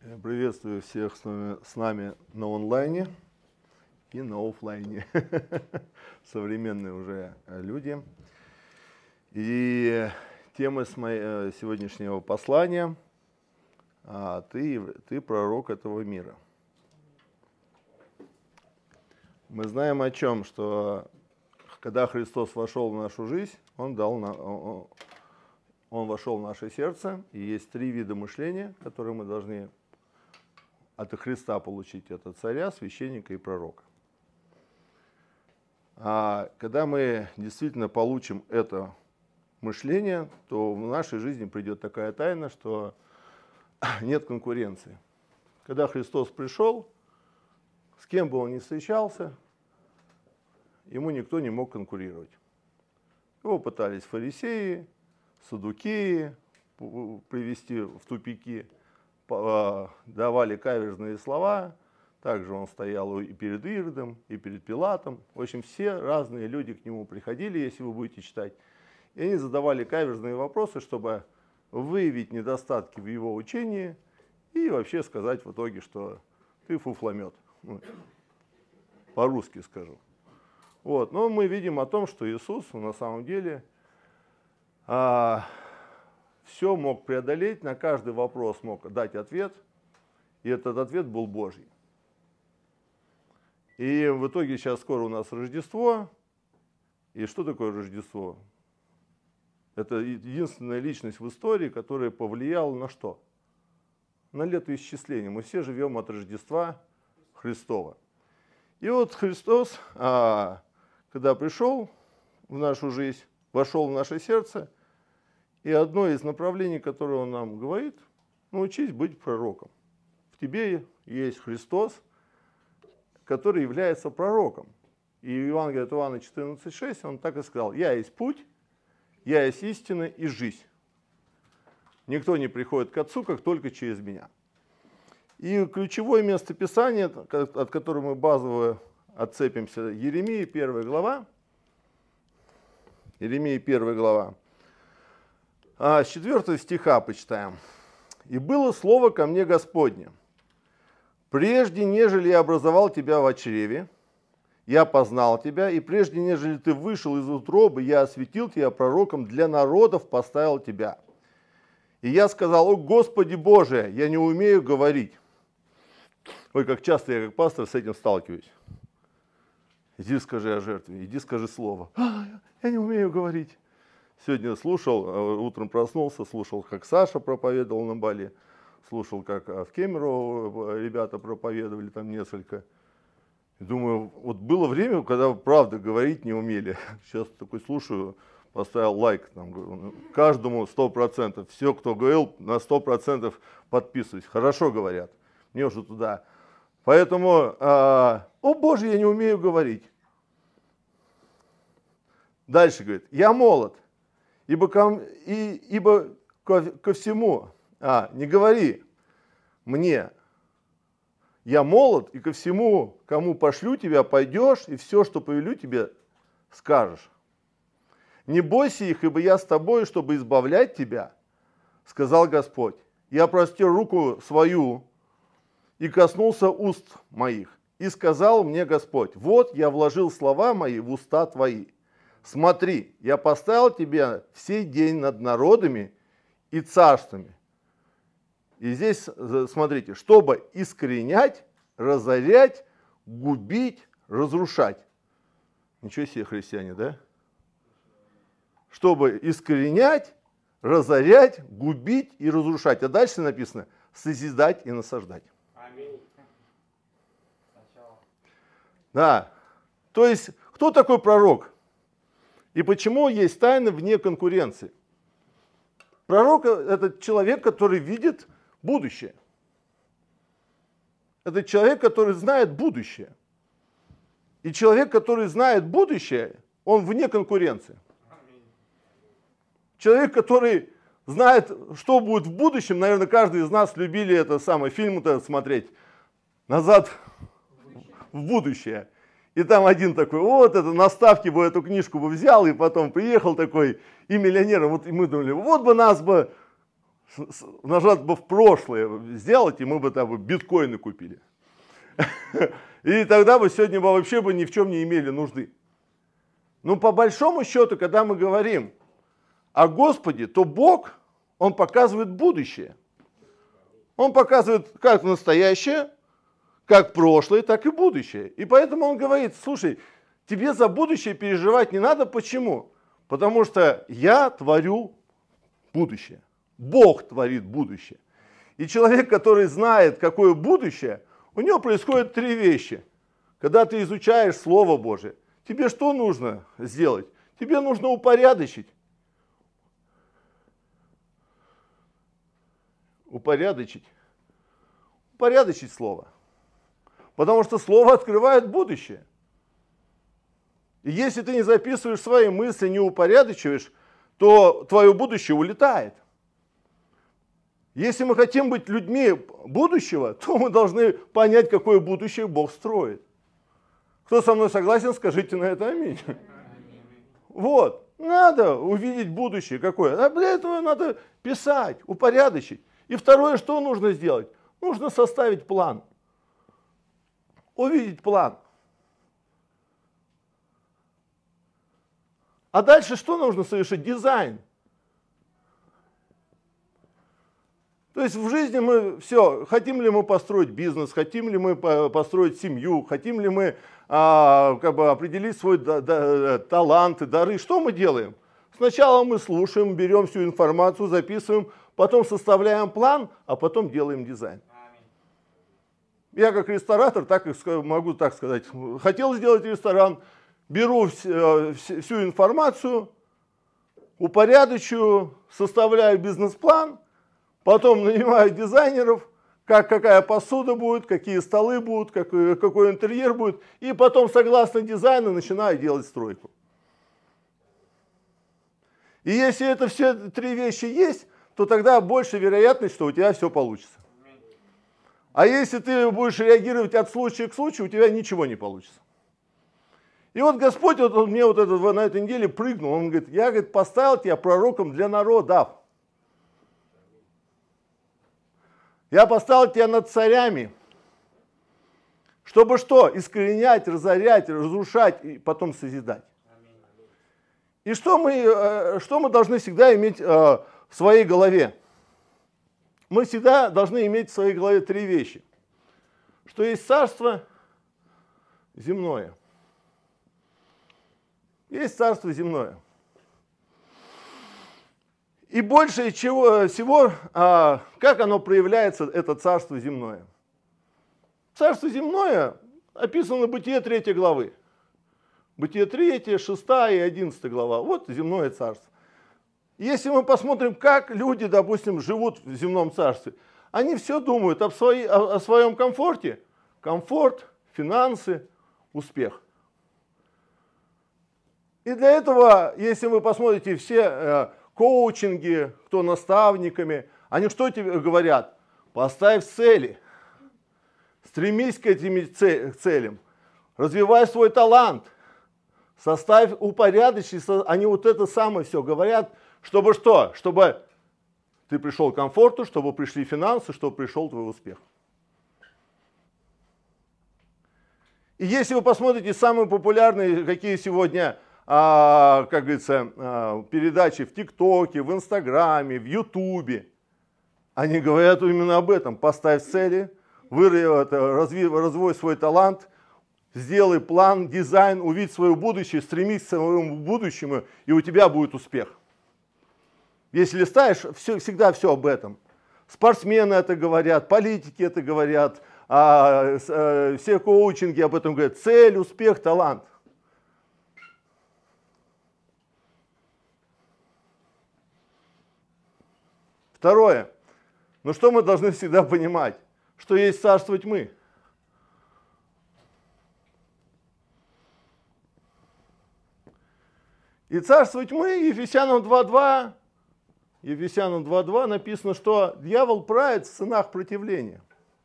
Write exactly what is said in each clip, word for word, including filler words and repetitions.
Я приветствую всех с нами, с нами на онлайне и на офлайне. Современные уже люди. И тема с моего сегодняшнего послания а, ты, ты пророк этого мира. Мы знаем о чем, что когда Христос вошел в нашу жизнь, Он дал на, он, он вошел в наше сердце, и есть три вида мышления, которые мы должны от Христа получить: это царя, священника и пророка. А когда мы действительно получим это мышление, то в нашей жизни придет такая тайна, что нет конкуренции. Когда Христос пришел, с кем бы он ни встречался, ему никто не мог конкурировать. Его пытались фарисеи, саддукеи привести в тупики, давали каверзные слова. Также он стоял и перед Иродом, и перед Пилатом. В общем, все разные люди к нему приходили, если вы будете читать. И они задавали каверзные вопросы, чтобы выявить недостатки в его учении и вообще сказать в итоге, что ты фуфломет. Ну, по-русски скажу. Вот. Но мы видим о том, что Иисус на самом деле а, все мог преодолеть, на каждый вопрос мог дать ответ, и этот ответ был Божий. И в итоге сейчас скоро у нас Рождество. И что такое Рождество? Это единственная личность в истории, которая повлияла на что? На летоисчисление. Мы все живем от Рождества Христова. И вот Христос, когда пришел в нашу жизнь, вошел в наше сердце, и одно из направлений, которое Он нам говорит: научись быть пророком. В тебе есть Христос, который является пророком. И в Евангелии от Иоанна четырнадцать шесть Он так и сказал: «Я есть путь, я есть истина и жизнь. Никто не приходит к Отцу, как только через меня». И ключевое место Писания, от которого мы базово отцепимся, Еремия, первая глава. Еремия, первая глава. А с четвёртого стиха почитаем. «И было слово ко мне Господне: прежде, нежели я образовал тебя в чреве, я познал тебя, и прежде, нежели ты вышел из утробы, я осветил тебя пророком для народов, поставил тебя. И я сказал: о Господи Боже, я не умею говорить». Ой, как часто я как пастор с этим сталкиваюсь. Иди скажи о жертве, иди скажи слово. А, я не умею говорить. Сегодня слушал, утром проснулся, слушал, как Саша проповедовал на Бали, слушал, как в Кемерово ребята проповедовали, там несколько. И думаю, вот было время, когда правда говорить не умели. Сейчас такой слушаю, поставил лайк, там, каждому сто процентов. Все, кто говорил, на сто процентов подписываюсь. Хорошо говорят. Мне уже туда. Поэтому, а, о Боже, я не умею говорить. Дальше говорит: я молод, ибо, ко, и, ибо ко, ко всему, а, не говори мне, я молод, и ко всему, кому пошлю тебя, пойдешь, и все, что повелю тебе, скажешь. Не бойся их, ибо я с тобой, чтобы избавлять тебя, сказал Господь. Я простер руку свою и коснулся уст моих, и сказал мне Господь: вот я вложил слова мои в уста твои. Смотри, я поставил тебя в сей день над народами и царствами. И здесь, смотрите, чтобы искоренять, разорять, губить, разрушать. Ничего себе, христиане, да? Чтобы искоренять, разорять, губить и разрушать. А дальше написано: созидать и насаждать. Аминь. Да. То есть, кто такой пророк? И почему есть тайна вне конкуренции? Пророк – это человек, который видит будущее. Это человек, который знает будущее. И человек, который знает будущее, он вне конкуренции. Человек, который знает, что будет в будущем, наверное, каждый из нас любили это самое, фильм этот смотреть, «Назад в будущее». И там один такой: вот это на ставке бы эту книжку бы взял, и потом приехал такой, и миллионером. Вот и мы думали, вот бы нас бы нажать бы в прошлое сделать, и мы бы там биткоины купили. И тогда бы сегодня бы вообще бы ни в чем не имели нужды. Но по большому счету, когда мы говорим о Господе, то Бог, Он показывает будущее. Он показывает как настоящее, как прошлое, так и будущее. И поэтому Он говорит, слушай, тебе за будущее переживать не надо. Почему? Потому что я творю будущее. Бог творит будущее. И человек, который знает, какое будущее, у него происходят три вещи. Когда ты изучаешь Слово Божие, тебе что нужно сделать? Тебе нужно упорядочить. Упорядочить. Упорядочить Слово. Потому что Слово открывает будущее. И если ты не записываешь свои мысли, не упорядочиваешь, то твое будущее улетает. Если мы хотим быть людьми будущего, то мы должны понять, какое будущее Бог строит. Кто со мной согласен, скажите на это аминь. Аминь. Вот, надо увидеть будущее какое. А для этого надо писать, упорядочить. И второе, что нужно сделать? Нужно составить план. Увидеть план. А дальше что нужно совершить? Дизайн. То есть в жизни мы все, хотим ли мы построить бизнес, хотим ли мы построить семью, хотим ли мы а, как бы определить свой да, да, таланты, дары. Что мы делаем? Сначала мы слушаем, берем всю информацию, записываем, потом составляем план, а потом делаем дизайн. Я как ресторатор так и могу так сказать. Хотел сделать ресторан, беру всю информацию, упорядочиваю, составляю бизнес-план, потом нанимаю дизайнеров, как, какая посуда будет, какие столы будут, как, какой интерьер будет. И потом, согласно дизайну, начинаю делать стройку. И если это все три вещи есть, то тогда больше вероятность, что у тебя все получится. А если ты будешь реагировать от случая к случаю, у тебя ничего не получится. И вот Господь вот, он мне вот это, на этой неделе прыгнул. Он говорит, я говорит, поставил тебя пророком для народов. Я поставил тебя над царями, чтобы что? Искоренять, разорять, разрушать и потом созидать. И что мы, что мы должны всегда иметь в своей голове? Мы всегда должны иметь в своей голове три вещи. Что есть царство земное. Есть царство земное. И больше чего, всего, а, как оно проявляется, это царство земное. Царство земное описано в Бытие третьей главы. Бытие третья, шестая и одиннадцатая глава. Вот земное царство. Если мы посмотрим, как люди, допустим, живут в земном царстве, они все думают о, своей, о, о своем комфорте. Комфорт, финансы, успех. И для этого, если вы посмотрите все э, коучинги, кто наставниками, они что тебе говорят? Поставь цели, стремись к этим целям, развивай свой талант, составь упорядочить. Они вот это самое все говорят, чтобы что? Чтобы ты пришел к комфорту, чтобы пришли финансы, чтобы пришел твой успех. И если вы посмотрите самые популярные, какие сегодня, а, как говорится, а, передачи в ТикТоке, в Инстаграме, в Ютубе, они говорят именно об этом. Поставь цели, разви, развой свой талант, сделай план, дизайн, увидь свое будущее, стремись к своему будущему, и у тебя будет успех. Если листаешь, все, всегда все об этом. Спортсмены это говорят, политики это говорят, а, а, все коучинги об этом говорят. Цель, успех, талант. Второе. Ну что мы должны всегда понимать? Что есть царство тьмы. И царство тьмы, Ефесянам два два, Ефесянам два два написано, что дьявол правит в сынах противления.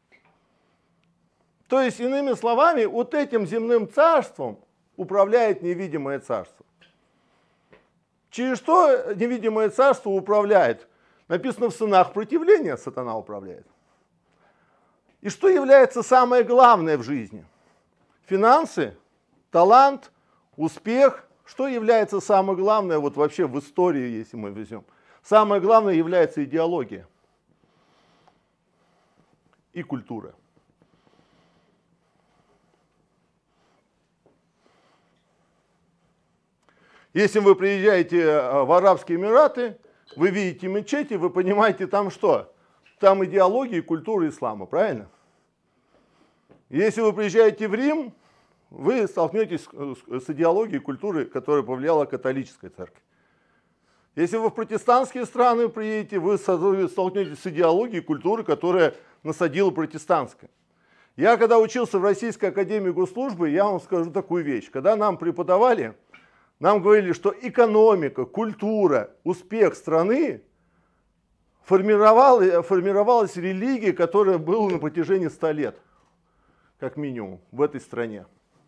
То есть, иными словами, вот этим земным царством управляет невидимое царство. Через что невидимое царство управляет? Написано, в сынах противления сатана управляет. И что является самое главное в жизни? Финансы, талант, успех. Что является самое главное вот вообще в истории, если мы возьмем? Самое главное является идеология и культура. Если вы приезжаете в Арабские Эмираты, вы видите мечети, вы понимаете там что? Там идеология и культура ислама, правильно? Если вы приезжаете в Рим, вы столкнетесь с идеологией и культурой, которая повлияла католическая церковь. Если вы в протестантские страны приедете, вы столкнетесь с идеологией и культурой, которая насадила протестантская. Я когда учился в Российской академии госслужбы, я вам скажу такую вещь. Когда нам преподавали, нам говорили, что экономика, культура, успех страны формировалась, формировалась религия, которая была на протяжении ста лет, как минимум, в этой стране.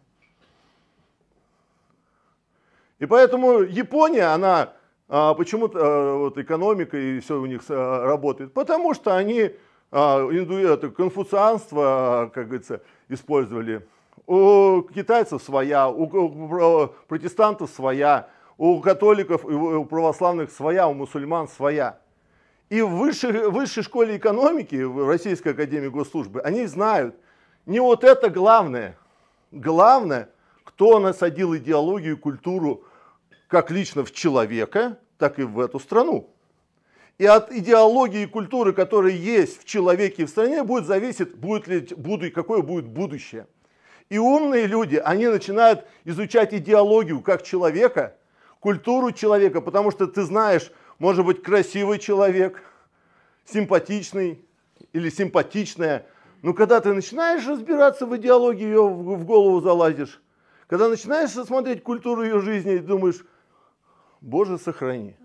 И поэтому Япония, она а, почему-то а, вот, экономика и все у них а, работает, потому что они а, инду, это, конфуцианство, как говорится, использовали. У китайцев своя, у протестантов своя, у католиков и у православных своя, у мусульман своя. И в высшей, высшей школе экономики, в Российской академии госслужбы, они знают, не вот это главное. Главное, кто насадил идеологию и культуру как лично в человека, так и в эту страну. И от идеологии и культуры, которые есть в человеке и в стране, будет зависеть, будет ли, буду, какое будет будущее. И умные люди, они начинают изучать идеологию как человека, культуру человека, потому что ты знаешь, может быть, красивый человек, симпатичный или симпатичная. Но когда ты начинаешь разбираться в идеологии, ее в голову залазишь, когда начинаешь смотреть культуру ее жизни и думаешь, Боже, сохрани.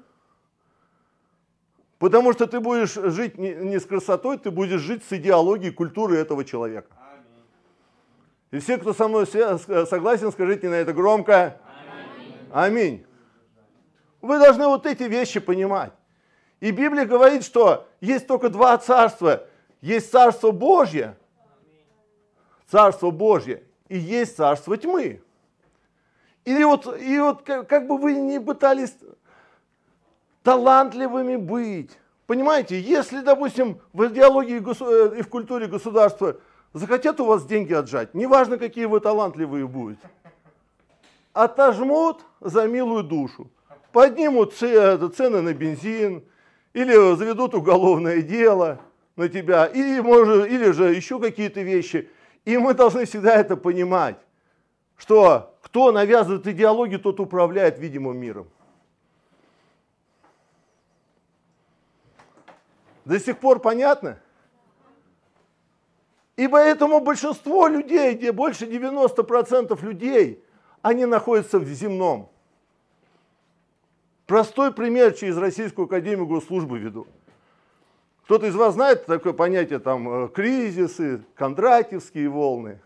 Потому что ты будешь жить не с красотой, ты будешь жить с идеологией культуры этого человека. И все, кто со мной согласен, скажите на это громко. Аминь. Аминь. Вы должны вот эти вещи понимать. И Библия говорит, что есть только два царства. Есть Царство Божье, Царство Божье, и есть Царство тьмы. И вот, и вот как, как бы вы ни пытались талантливыми быть, понимаете, если, допустим, в идеологии и в культуре государства захотят у вас деньги отжать, неважно, какие вы талантливые будете, отожмут за милую душу, поднимут цены на бензин или заведут уголовное дело на тебя, или, может, или же еще какие-то вещи. И мы должны всегда это понимать, что кто навязывает идеологию, тот управляет видимым миром. До сих пор понятно? И поэтому большинство людей, где больше девяноста процентов людей, они находятся в земном. Простой пример через Российскую академию госслужбы веду. Кто-то из вас знает такое понятие, там, кризисы, кондратьевские волны?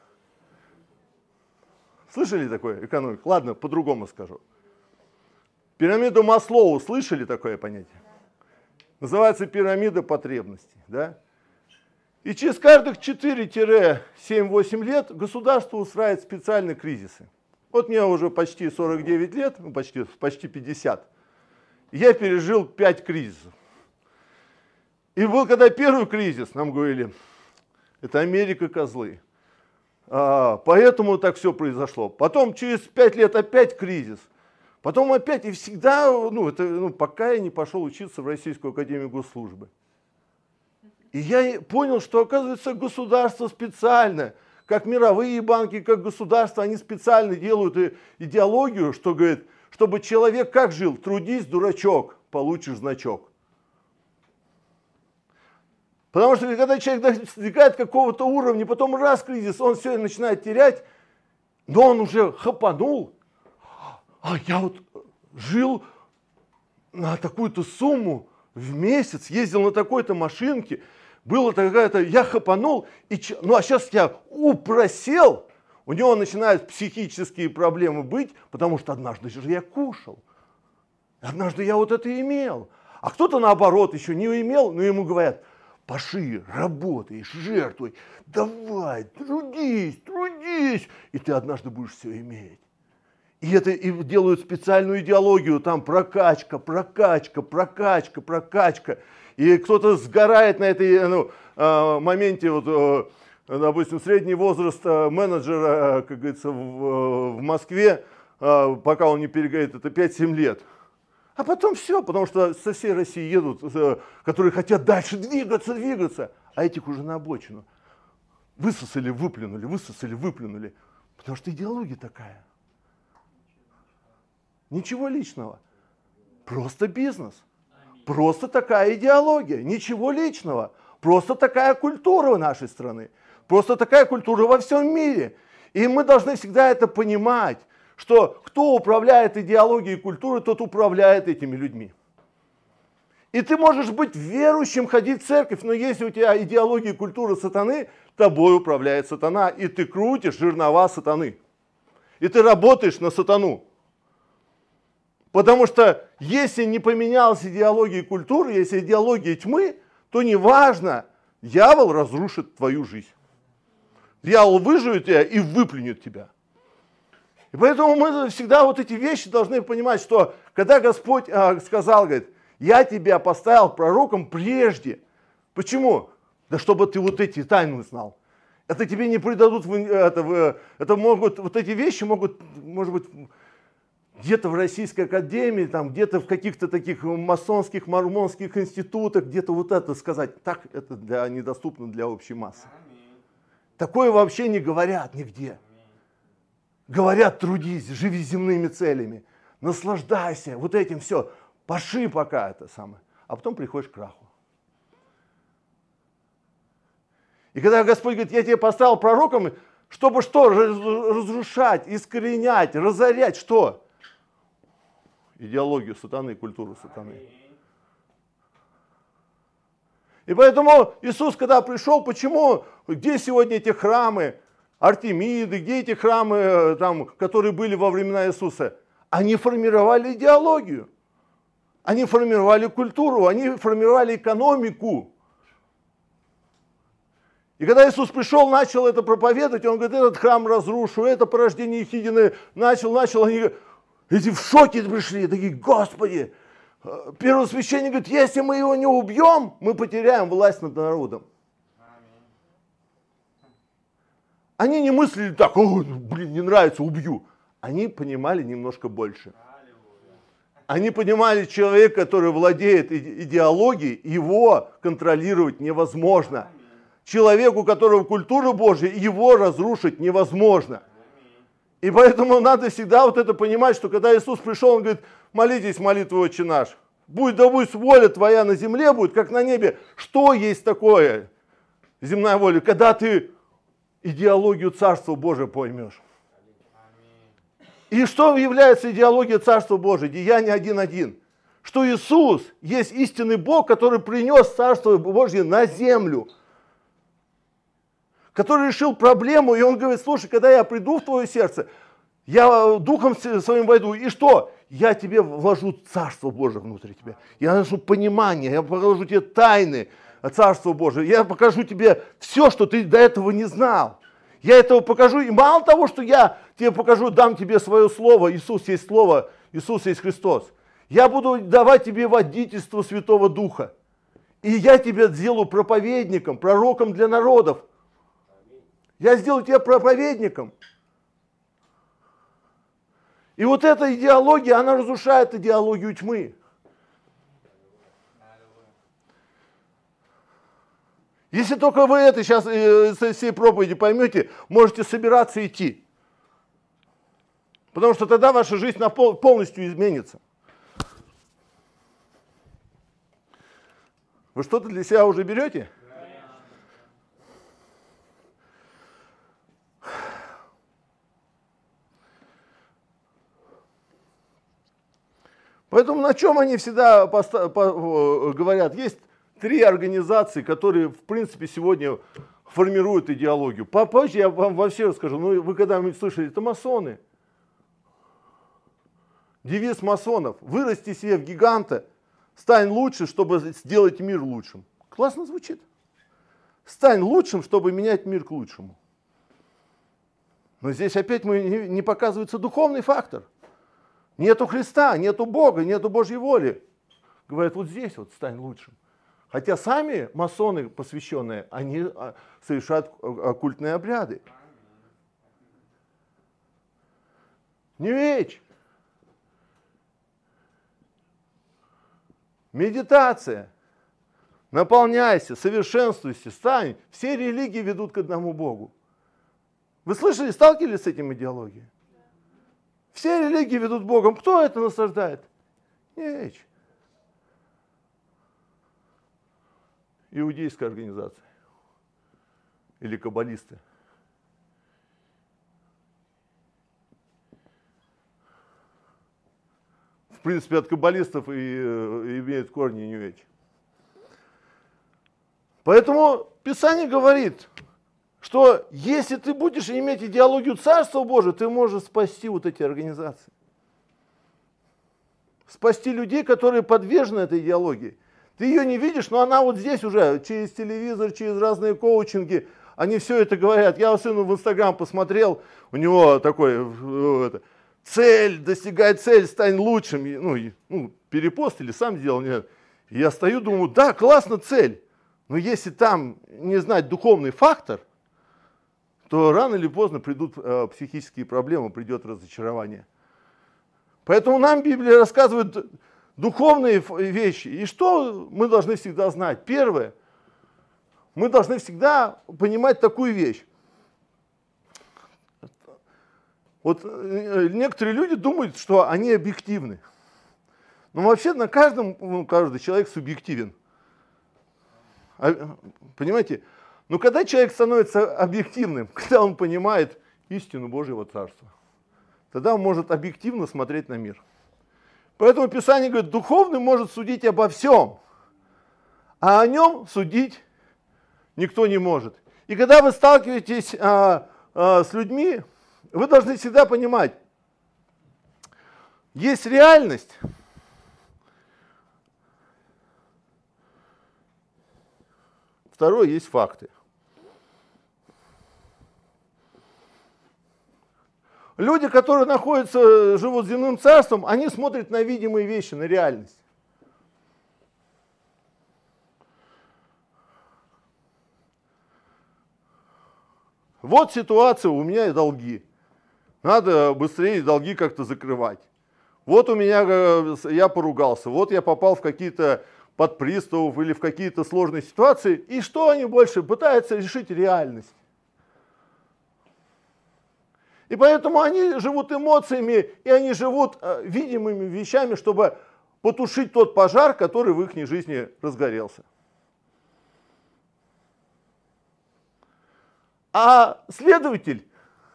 Слышали такое экономику? Ладно, по-другому скажу. Пирамиду Маслоу слышали такое понятие? Называется пирамида потребностей. Да? И через каждых четыре-семь-восемь лет государство устраивает специальные кризисы. Вот мне уже почти сорок девять лет, ну почти, почти пятьдесят. Я пережил пять кризисов. И был когда первый кризис, нам говорили, это Америка козлы. А, поэтому так все произошло. Потом через пять лет опять кризис. Потом опять, и всегда, ну, это, ну, пока я не пошел учиться в Российскую академию госслужбы. И я понял, что, оказывается, государство специально, как мировые банки, как государство, они специально делают идеологию, что говорит, чтобы человек как жил? Трудись, дурачок, получишь значок. Потому что когда человек достигает какого-то уровня, потом раз кризис, он все начинает терять, но он уже хапанул. А я вот жил на такую-то сумму в месяц, ездил на такой-то машинке, было такая-то, я хапанул, и, ну а сейчас я упросел, у него начинают психические проблемы быть, потому что однажды же я кушал, однажды я вот это имел, А кто-то наоборот еще не имел, но ему говорят, паши, работай, жертвуй, давай, трудись, трудись, и ты однажды будешь все иметь. И это и делают специальную идеологию, там прокачка, прокачка, прокачка, прокачка. И кто-то сгорает на этой ну, моменте, вот, допустим, средний возраст менеджера, как говорится, в, в Москве, пока он не перегорит, это пять-семь лет. А потом все, потому что со всей России едут, которые хотят дальше двигаться, двигаться, а этих уже на обочину. Высосали, выплюнули, высосали, выплюнули. Потому что идеология такая. Ничего личного. Просто бизнес. Просто такая идеология. Ничего личного. Просто такая культура нашей страны. Просто такая культура во всем мире. И мы должны всегда это понимать, что кто управляет идеологией и культурой, тот управляет этими людьми. И ты можешь быть верующим, ходить в церковь, но если у тебя идеология и культура сатаны, тобой управляет сатана, и ты крутишь жернова сатаны. И ты работаешь на сатану. Потому что если не поменялась идеология и культура, если идеология тьмы, то неважно, дьявол разрушит твою жизнь. Дьявол выживет тебя и выплюнет тебя. И поэтому мы всегда вот эти вещи должны понимать, что когда Господь а, сказал, говорит, я тебя поставил пророком прежде. Почему? Да чтобы ты вот эти тайны знал. Это тебе не придадут, это, это могут, вот эти вещи могут, может быть, где-то в Российской Академии, там, где-то в каких-то таких масонских, мормонских институтах, где-то вот это сказать. Так это для, недоступно для общей массы. Такое вообще не говорят нигде. Говорят, трудись, живи земными целями, наслаждайся, вот этим все, паши пока это самое, а потом приходишь к краху. И когда Господь говорит, я тебя поставил пророком, чтобы что, разрушать, искоренять, разорять, что? Идеологию сатаны, культуру сатаны. И поэтому Иисус, когда пришел, почему, где сегодня эти храмы, Артемиды, где эти храмы, там, которые были во времена Иисуса, они формировали идеологию, они формировали культуру, они формировали экономику. И когда Иисус пришел, начал это проповедовать, он говорит, этот храм разрушу, это порождение Ехидины, начал, начал, они эти в шоке пришли, такие, Господи, первосвященник говорит, если мы его не убьем, мы потеряем власть над народом. Они не мыслили так, о, блин, не нравится, убью. Они понимали немножко больше. Они понимали, человек, который владеет идеологией, его контролировать невозможно. Человек, у которого культура Божья, его разрушить невозможно. И поэтому надо всегда вот это понимать, что когда Иисус пришел, Он говорит, молитесь молитву Отче наш. Будь да будь воля твоя на земле, будет как на небе. Что есть такое земная воля? Когда ты идеологию Царства Божия поймешь. И что является идеологией Царства Божия? Деяние один один. Что Иисус есть истинный Бог, который принес Царство Божье на землю. Который решил проблему, и он говорит, слушай, когда я приду в твое сердце, я духом своим войду, и что? Я тебе вложу Царство Божие внутрь тебя. Я наношу понимание, я покажу тебе тайны Царства Божие. Я покажу тебе все, что ты до этого не знал. Я этого покажу, и мало того, что я тебе покажу, дам тебе свое слово, Иисус есть Слово, Иисус есть Христос. Я буду давать тебе водительство Святого Духа. И я тебя сделаю проповедником, пророком для народов. Я сделаю тебя проповедником. И вот эта идеология, она разрушает идеологию тьмы. Если только вы это сейчас из всей проповеди поймете, можете собираться и идти. Потому что тогда ваша жизнь полностью изменится. Вы что-то для себя уже берете? Поэтому на чем они всегда поста- по- говорят? Есть три организации, которые, в принципе, сегодня формируют идеологию. Попозже я вам вообще расскажу. Ну, вы когда-нибудь слышали, это масоны. Девиз масонов. Вырасти себе в гиганта, Стань лучше, чтобы сделать мир лучшим. Классно звучит. Стань лучшим, чтобы менять мир к лучшему. Но здесь опять мы не, не показывается духовный фактор. Нету Христа, нету Бога, нету Божьей воли. Говорят, вот здесь вот стань лучшим. Хотя сами масоны посвященные, они совершают оккультные обряды. New Age. Медитация. Наполняйся, совершенствуйся, стань. Все религии ведут к одному Богу. Вы слышали, сталкивались с этим идеологией? Все религии ведут к Богу. Кто это насаждает? New Age. Иудейская организация. Или каббалисты. В принципе, от каббалистов и, и имеют корни New Age. Поэтому Писание говорит, что если ты будешь иметь идеологию Царства Божия, ты можешь спасти вот эти организации. Спасти людей, которые подвержены этой идеологии. Ты ее не видишь, но она вот здесь уже, через телевизор, через разные коучинги, они все это говорят. Я сыну в Инстаграм посмотрел, у него такой, это, цель, достигай цель, стань лучшим. Ну, ну, перепост или сам сделал. Нет. И я стою, думаю, да, классно цель. Но если там не знать духовный фактор, то рано или поздно придут э, психические проблемы, придет разочарование. Поэтому нам Библия рассказывает духовные вещи. И что мы должны всегда знать? Первое, мы должны всегда понимать такую вещь. Вот некоторые люди думают, что они объективны. Но вообще на каждом, ну, каждый человек субъективен. Понимаете? Но когда человек становится объективным, когда он понимает истину Божьего Царства, тогда он может объективно смотреть на мир. Поэтому Писание говорит, духовный может судить обо всем, а о нем судить никто не может. И когда вы сталкиваетесь а, а, с людьми, вы должны всегда понимать, есть реальность, второе, есть факты. Люди, которые находятся, живут земным царством, они смотрят на видимые вещи, на реальность. Вот ситуация, у меня долги. Надо быстрее долги как-то закрывать. Вот у меня, я поругался, вот я попал в какие-то под приставов или в какие-то сложные ситуации. И что они больше пытаются решить реальность. И поэтому они живут эмоциями, и они живут э, видимыми вещами, чтобы потушить тот пожар, который в их жизни разгорелся. А следователь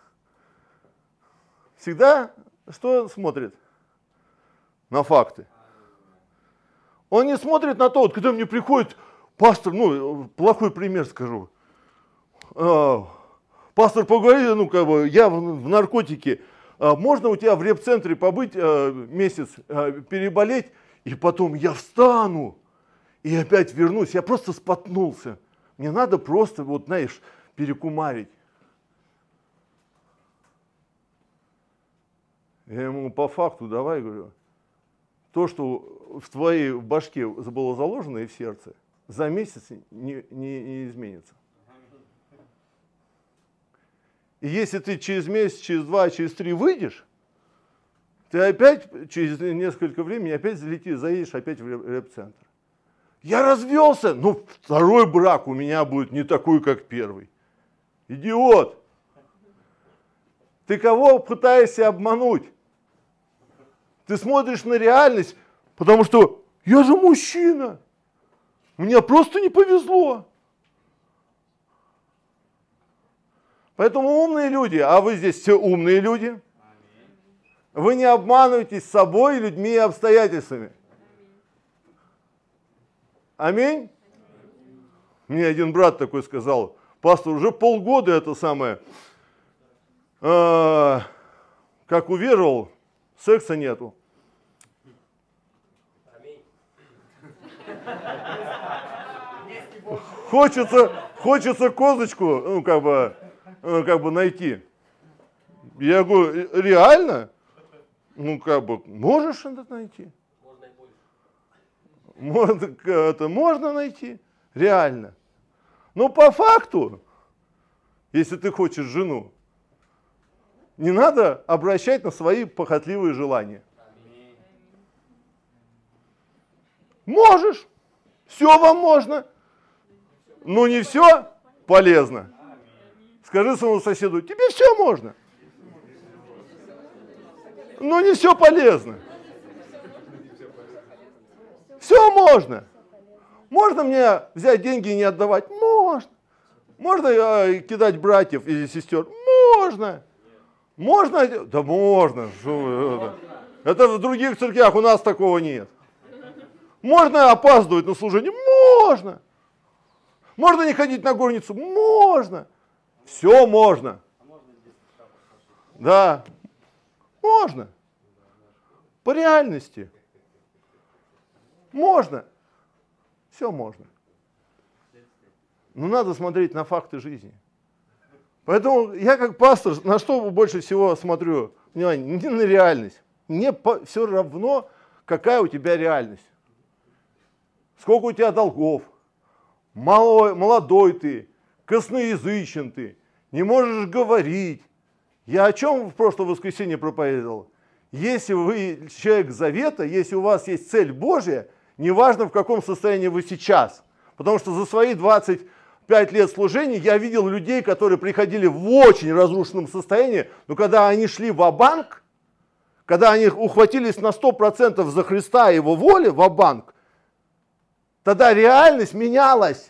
всегда что смотрит? На факты. Он не смотрит на то, вот, когда мне приходит пастор, ну, плохой пример скажу. Пастор, поговори, ну, как бы, я в, в наркотике, а, можно у тебя в реп-центре побыть а, месяц, а, переболеть, и потом я встану и опять вернусь, я просто споткнулся. Мне надо просто, вот, знаешь, перекумарить. Я ему по факту давай, говорю, то, что в твоей башке было заложено и в сердце, за месяц не, не, не изменится. И если ты через месяц, через два, через три выйдешь, ты опять через несколько времени опять залетишь, заедешь опять в реп-центр. Я развелся, но второй брак у меня будет не такой, как первый. Идиот! Ты кого пытаешься обмануть? Ты смотришь на реальность, потому что я же мужчина. Мне просто не повезло. Поэтому умные люди, а вы здесь все умные люди, вы не обманываетесь собой, людьми и обстоятельствами. Аминь. Мне один брат такой сказал, пастор, уже полгода это самое, э, как уверовал, секса нету. Хочется, хочется козочку, ну, как бы, ну, как бы найти. Я говорю, реально? Ну, как бы, можешь это найти? Можно, это можно найти, реально. Но по факту, если ты хочешь жену, не надо обращать на свои похотливые желания. Можешь, все вам можно, но не все полезно. Скажи своему соседу, тебе все можно, но не все полезно. Все можно. Можно мне взять деньги и не отдавать? Можно. Можно э, кидать братьев или сестер? Можно. Можно? Да можно. Это? это в других церквях, у нас такого нет. Можно опаздывать на служение? Можно. Можно не ходить на горницу? Можно. Все можно. Да. Можно. По реальности. Можно. Все можно. Но надо смотреть на факты жизни. Поэтому я как пастор на что больше всего смотрю? Внимание, не на реальность. Мне все равно, какая у тебя реальность. Сколько у тебя долгов. Малой, молодой ты, косноязычен ты, не можешь говорить. Я о чем в прошлое воскресенье проповедовал? Если вы человек завета, если у вас есть цель Божья, неважно, в каком состоянии вы сейчас. Потому что за свои двадцать пять лет служения я видел людей, которые приходили в очень разрушенном состоянии, но когда они шли ва-банк, когда они ухватились на сто процентов за Христа и Его воли ва-банк, тогда реальность менялась.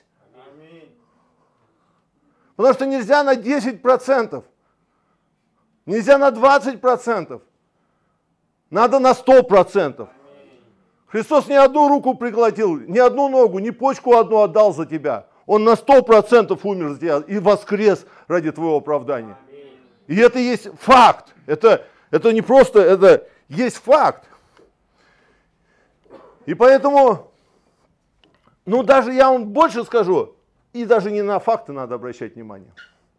Потому что нельзя на десять процентов, нельзя на двадцать процентов, надо на сто процентов. Христос ни одну руку приколотил, ни одну ногу, ни почку одну отдал за тебя. Он на сто процентов умер за тебя и воскрес ради твоего оправдания. И это есть факт. Это, это не просто, это есть факт. И поэтому, ну даже я вам больше скажу, и даже не на факты надо обращать внимание.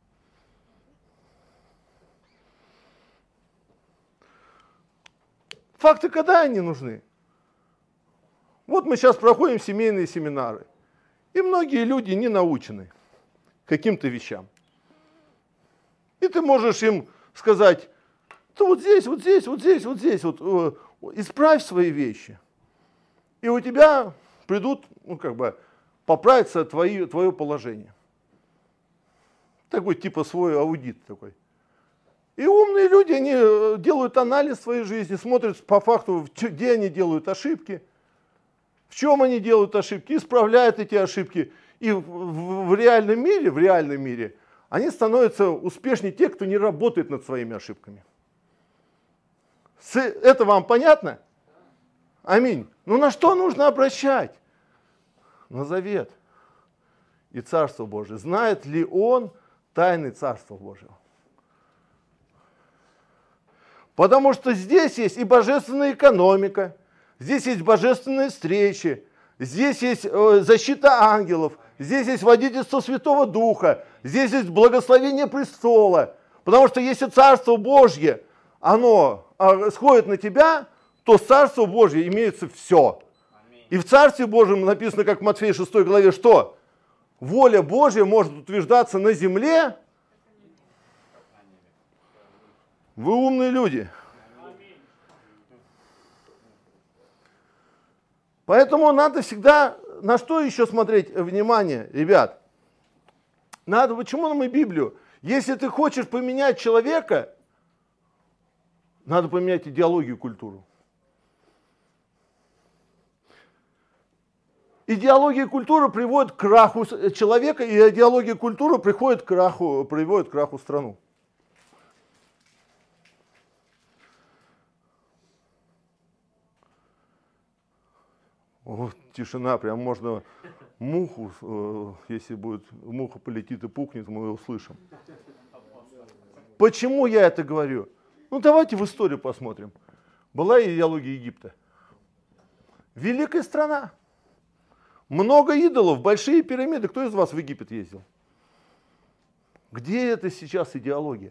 Факты когда они нужны? Вот мы сейчас проходим семейные семинары, и многие люди не научены каким-то вещам. И ты можешь им сказать, да вот здесь, вот здесь, вот здесь, вот здесь, вот, э, исправь свои вещи. И у тебя придут, ну как бы, поправится твои, твое положение. Такой типа свой аудит такой. И умные люди, они делают анализ своей жизни, смотрят по факту, где они делают ошибки, в чем они делают ошибки, исправляют эти ошибки. И в, в, в реальном мире, в реальном мире, они становятся успешнее те, кто не работает над своими ошибками. С, это вам понятно? Аминь. Ну на что нужно обращать? На завет и Царство Божие. Знает ли он тайны Царства Божьего? Потому что здесь есть и божественная экономика, здесь есть божественные встречи, здесь есть э, защита ангелов, здесь есть водительство Святого Духа, здесь есть благословение престола. Потому что если Царство Божье, оно э, сходит на тебя, то с Царства Божье имеется все. И в Царстве Божьем написано, как в Матфея шестой главе, что воля Божья может утверждаться на земле. Вы умные люди. Поэтому надо всегда, на что еще смотреть внимание, ребят? Надо, почему мы Библию? Если ты хочешь поменять человека, надо поменять идеологию и культуру. Идеология и культура приводят к краху человека, и идеология и культура приходит к краху, приводит к краху страну. Вот, тишина, прям можно муху, э, если будет, муха полетит и пукнет, мы ее услышим. Почему я это говорю? Ну давайте в историю посмотрим. Была идеология Египта. Великая страна. Много идолов, большие пирамиды. Кто из вас в Египет ездил? Где это сейчас идеология?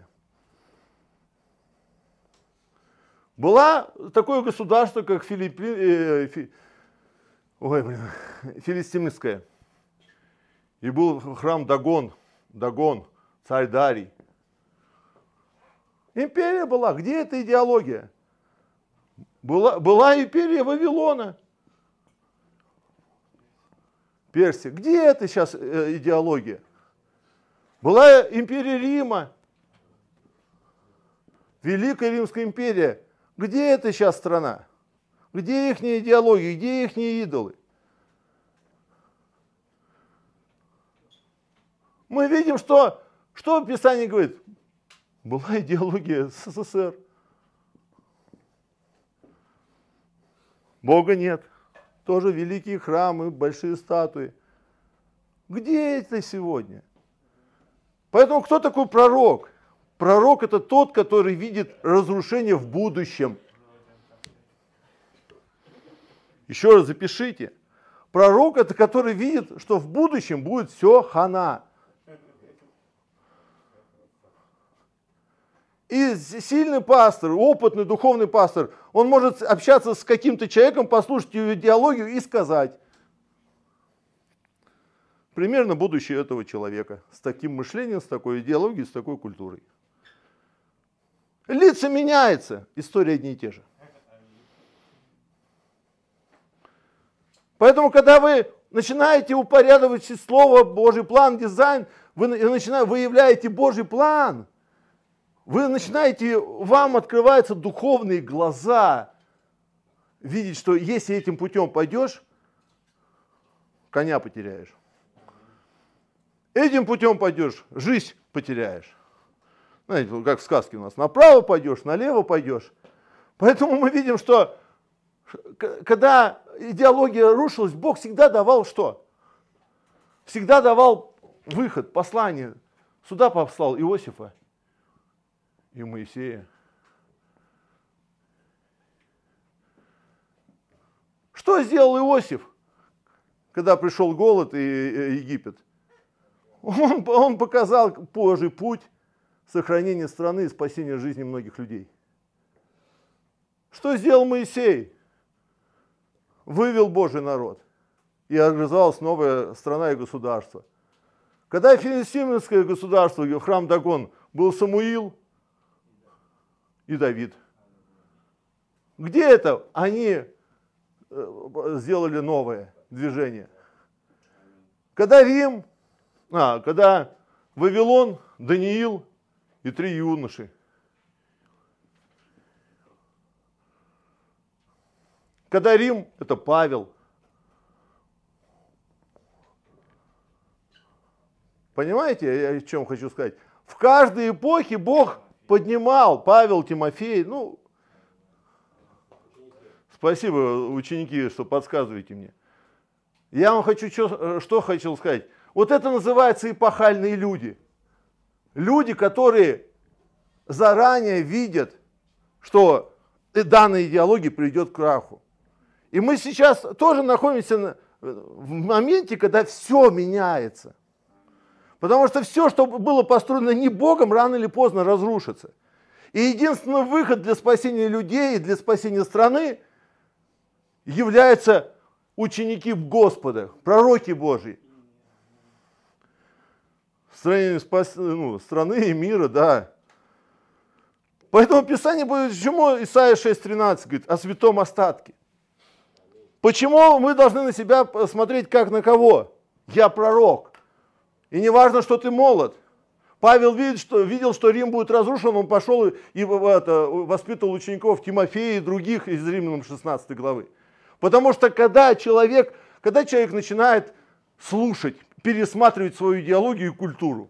Была такое государство, как Филиппи... э, Фи... Ой, блин, Филистимское. И был храм Дагон, Дагон, царь Дарий. Империя была. Где эта идеология? Была, была империя Вавилона. Персия. Где это сейчас э, идеология? Была империя Рима. Великая Римская империя. Где это сейчас страна? Где их идеология? Где их идолы? Мы видим, что, что Писание говорит. Была идеология СССР. Бога нет. Тоже великие храмы, большие статуи. Где это сегодня? Поэтому кто такой пророк? Пророк — это тот, который видит разрушение в будущем. Еще раз запишите. Пророк — это который видит, что в будущем будет все хана. И сильный пастор, опытный духовный пастор, он может общаться с каким-то человеком, послушать его идеологию и сказать примерно будущее этого человека с таким мышлением, с такой идеологией, с такой культурой. Лица меняются, истории одни и те же. Поэтому, когда вы начинаете упорядочивать слово, Божий план, дизайн, вы начинаете, выявляете Божий план, вы начинаете, вам открываются духовные глаза, видеть, что если этим путем пойдешь, коня потеряешь. Этим путем пойдешь, жизнь потеряешь. Знаете, как в сказке у нас, направо пойдешь, налево пойдешь. Поэтому мы видим, что когда идеология рушилась, Бог всегда давал что? Всегда давал выход, послание. Сюда послал Иосифа и Моисея. Что сделал Иосиф, когда пришел голод и Египет? Он, он показал Божий путь сохранения страны и спасения жизни многих людей. Что сделал Моисей? Вывел Божий народ. И организовалась новая страна и государство. Когда филистимское государство, храм Дагон, был Самуил и Давид. Где это? Они сделали новое движение. Когда Рим, а, когда Вавилон, Даниил и три юноши. Когда Рим, это Павел. Понимаете, я о чем хочу сказать? В каждой эпохе Бог поднимал Павел, Тимофей, ну, спасибо, ученики, что подсказываете мне. Я вам хочу, что, что хочу сказать. Вот это называется эпохальные люди. Люди, которые заранее видят, что данная идеология приведет к краху. И мы сейчас тоже находимся в моменте, когда все меняется. Потому что все, что было построено не Богом, рано или поздно разрушится. И единственный выход для спасения людей и для спасения страны являются ученики Господа, пророки Божьи. Страны, ну, страны и мира, да. Поэтому Писание будет, почему Исайя шесть тринадцать говорит о святом остатке. Почему мы должны на себя смотреть как на кого? Я пророк. И не важно, что ты молод. Павел видит, что, видел, что Рим будет разрушен, он пошел и это, воспитывал учеников Тимофея и других из Римлянам шестнадцатой главы. Потому что когда человек, когда человек начинает слушать, пересматривать свою идеологию и культуру,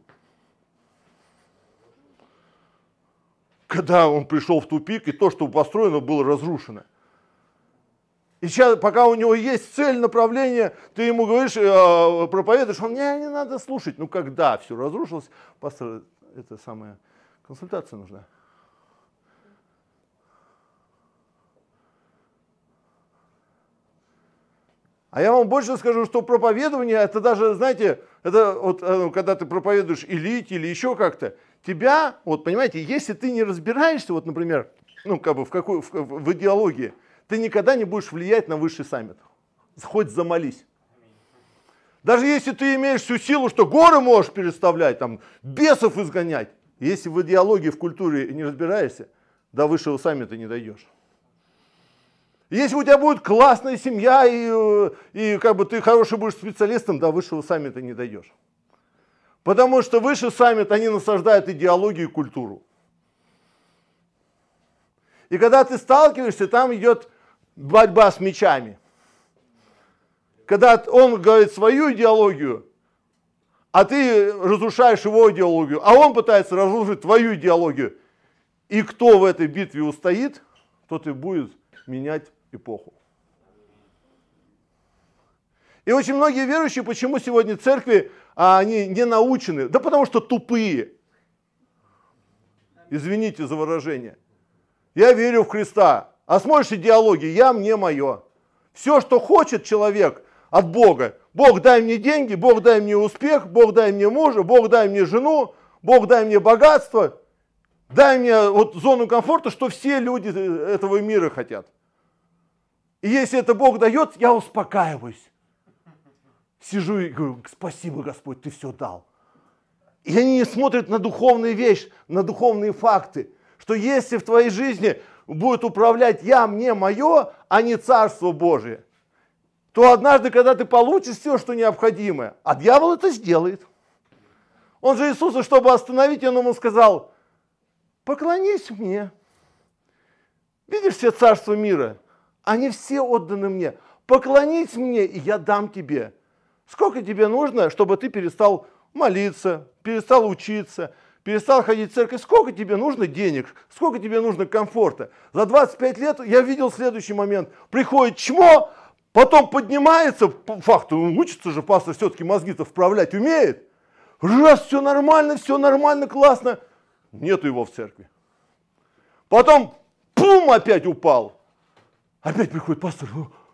когда он пришел в тупик, и то, что построено, было разрушено. И сейчас, пока у него есть цель, направление, ты ему говоришь, э, проповедуешь, он, не, не надо слушать. Ну, когда все разрушилось, пастор, это самая консультация нужна. А я вам больше скажу, что проповедование, это даже, знаете, это вот когда ты проповедуешь элите или еще как-то, тебя, вот понимаете, если ты не разбираешься, вот, например, ну, как бы в, какой, в, в идеологии, ты никогда не будешь влиять на высший саммит. Хоть замолись. Даже если ты имеешь всю силу, что горы можешь переставлять, там, бесов изгонять, если в идеологии, в культуре не разбираешься, до высшего саммита не дойдешь. Если у тебя будет классная семья, и, и как бы ты хороший будешь специалистом, до высшего саммита не дойдешь. Потому что высший саммит, они насаждают идеологию и культуру. И когда ты сталкиваешься, там идет борьба с мечами. Когда он говорит свою идеологию, а ты разрушаешь его идеологию, а он пытается разрушить твою идеологию. И кто в этой битве устоит, тот и будет менять эпоху. И очень многие верующие, почему сегодня церкви, а, они не научены? Да потому что тупые. Извините за выражение. Я верю в Христа. А смотришь идеологии, я мне мое. Все, что хочет человек от Бога. Бог, дай мне деньги, Бог, дай мне успех, Бог, дай мне мужа, Бог, дай мне жену, Бог, дай мне богатство. Дай мне вот зону комфорта, что все люди этого мира хотят. И если это Бог дает, я успокаиваюсь. Сижу и говорю, спасибо, Господь, ты все дал. И они не смотрят на духовные вещи, на духовные факты. Что если в твоей жизни будет управлять я, мне, мое, а не Царство Божие, то однажды, когда ты получишь все, что необходимое, а дьявол это сделает. Он же Иисуса, чтобы остановить, он ему сказал, поклонись мне. Видишь все царства мира? Они все отданы мне. Поклонись мне, и я дам тебе. Сколько тебе нужно, чтобы ты перестал молиться, перестал учиться, перестал ходить в церковь? Сколько тебе нужно денег? Сколько тебе нужно комфорта? За двадцать пять лет я видел следующий момент. Приходит чмо, потом поднимается, по факту, учится же пастор, все-таки мозги-то вправлять умеет. Раз, все нормально, все нормально, классно. Нету его в церкви. Потом, пум, опять упал. Опять приходит пастор.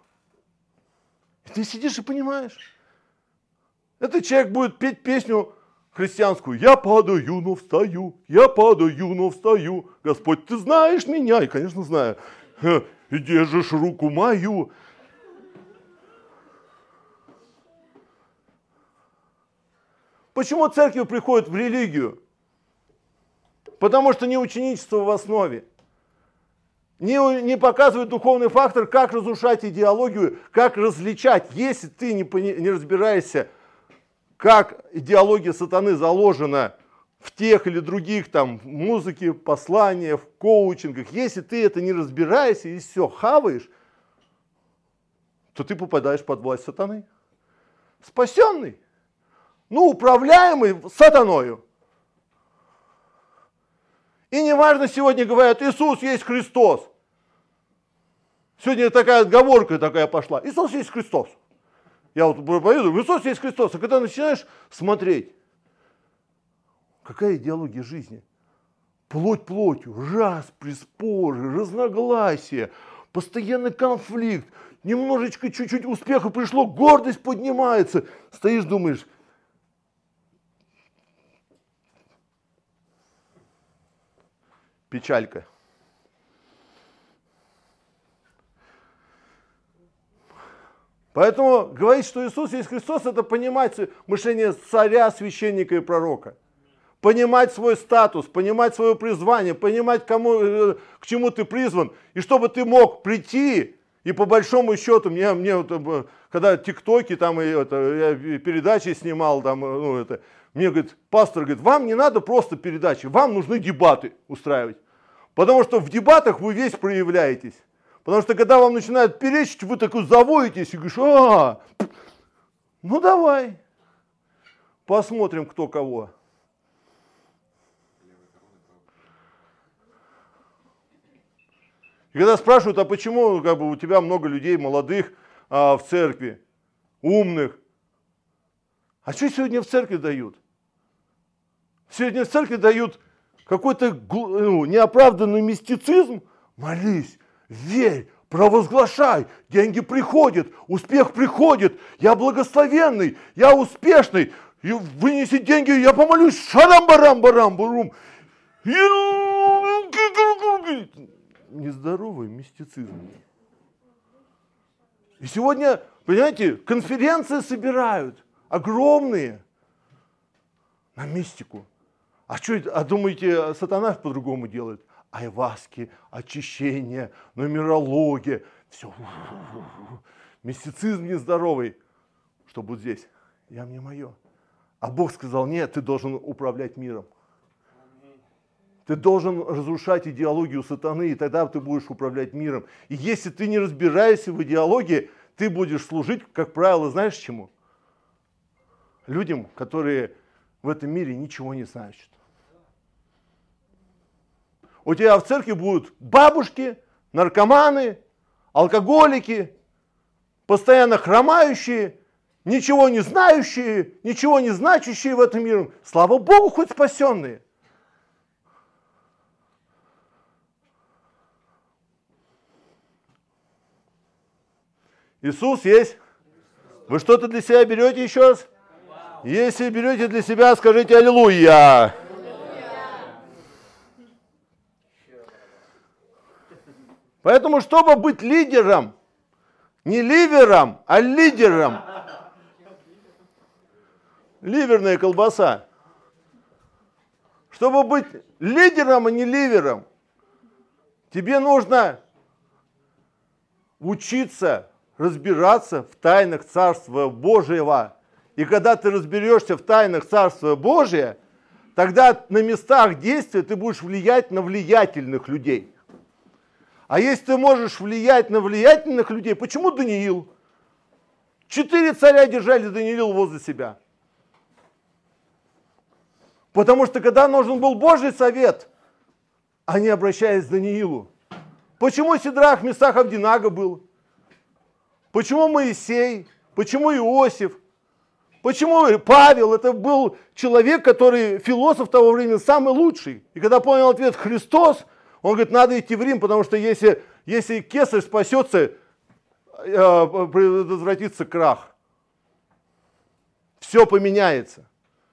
И ты сидишь и понимаешь. Этот человек будет петь песню христианскую. Я падаю, но встаю, я падаю, но встаю. Господь, ты знаешь меня? И, конечно, знаю. И держишь руку мою. Почему церковь приходит в религию? Потому что не ученичество в основе. Не, не показывает духовный фактор, как разрушать идеологию, как различать. Если ты не, не разбираешься, как идеология сатаны заложена в тех или других там музыке, посланиях, коучингах, если ты это не разбираешься и все хаваешь, то ты попадаешь под власть сатаны. Спасенный, ну управляемый сатаною. И неважно, сегодня говорят, Иисус есть Христос. Сегодня такая отговорка такая пошла. Иисус есть Христос. Я вот проповедую, Иисус есть Христос. А когда начинаешь смотреть, какая идеология жизни? Плоть плотью, распри, споры, разногласия, постоянный конфликт. Немножечко, чуть-чуть успеха пришло, гордость поднимается. Стоишь, думаешь, печалька. Поэтому говорить, что Иисус есть Христос, это понимать мышление царя, священника и пророка. Понимать свой статус, понимать свое призвание, понимать, кому, к чему ты призван. И чтобы ты мог прийти, и по большому счету, мне, мне вот, когда тиктоки, там, и это, я передачи снимал, там, ну, это, мне говорит, пастор говорит, вам не надо просто передачи, вам нужны дебаты устраивать. Потому что в дебатах вы весь проявляетесь. Потому что когда вам начинают перечить, вы такой заводитесь и говоришь, а, ну давай, посмотрим, кто кого. И когда спрашивают, а почему как бы, у тебя много людей молодых а, в церкви, умных, а что сегодня в церкви дают? Сегодня в церкви дают какой-то ну, неоправданный мистицизм. Молись, верь, Провозглашай, деньги приходят, успех приходит, я благословенный, я успешный, и вынеси деньги, я помолюсь, шарам-барам-барам-барум. Нездоровый мистицизм. И сегодня, понимаете, конференции собирают, огромные, на мистику. А что это, а думаете, сатана по-другому делает? Айваски, очищение, нумерология, все. Мистицизм нездоровый. Что будет здесь? Я мне мое. А Бог сказал, нет, ты должен управлять миром. Ты должен разрушать идеологию сатаны, и тогда ты будешь управлять миром. И если ты не разбираешься в идеологии, ты будешь служить, как правило, знаешь чему? Людям, которые в этом мире ничего не значат. У тебя в церкви будут бабушки, наркоманы, алкоголики, постоянно хромающие, ничего не знающие, ничего не значащие в этом мире. Слава Богу, хоть спасенные. Иисус есть. Вы что-то для себя берете еще раз? Если берете для себя, скажите аллилуйя. Поэтому, чтобы быть лидером, не ливером, а лидером. Ливерная колбаса. Чтобы быть лидером, а не ливером, тебе нужно учиться разбираться в тайнах Царства Божьего. И когда ты разберешься в тайнах Царства Божия, тогда на местах действия ты будешь влиять на влиятельных людей. А если ты можешь влиять на влиятельных людей, почему Даниил? Четыре царя держали Даниил возле себя. Потому что когда нужен был Божий совет, они обращались к Даниилу. Почему Сидрах, Месах, Авдинага был? Почему Моисей? Почему Иосиф? Почему Павел? Это был человек, который, философ того времени, самый лучший. И когда понял ответ Христос, он говорит, надо идти в Рим, потому что если, если кесарь спасется, предотвратится крах. Все поменяется.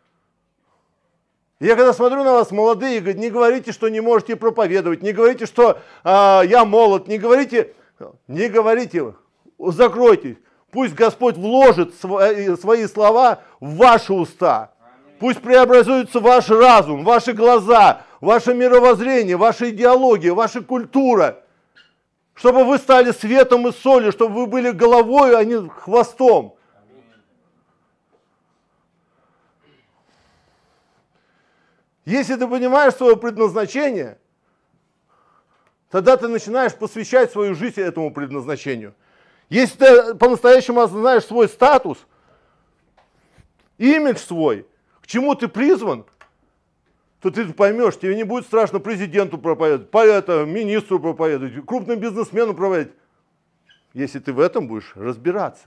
Я когда смотрю на вас, молодые, говорю, не говорите, что не можете проповедовать, не говорите, что а, я молод, не говорите, не говорите, закройтесь. Пусть Господь вложит свои, свои слова в ваши уста. Пусть преобразуется ваш разум, ваши глаза, ваше мировоззрение, ваша идеология, ваша культура. Чтобы вы стали светом и солью, чтобы вы были головой, а не хвостом. Если ты понимаешь свое предназначение, тогда ты начинаешь посвящать свою жизнь этому предназначению. Если ты по-настоящему осознаешь свой статус, имидж свой, к чему ты призван, то ты поймешь, тебе не будет страшно президенту проповедовать, поэту, министру проповедовать, крупным бизнесмену проповедовать, если ты в этом будешь разбираться.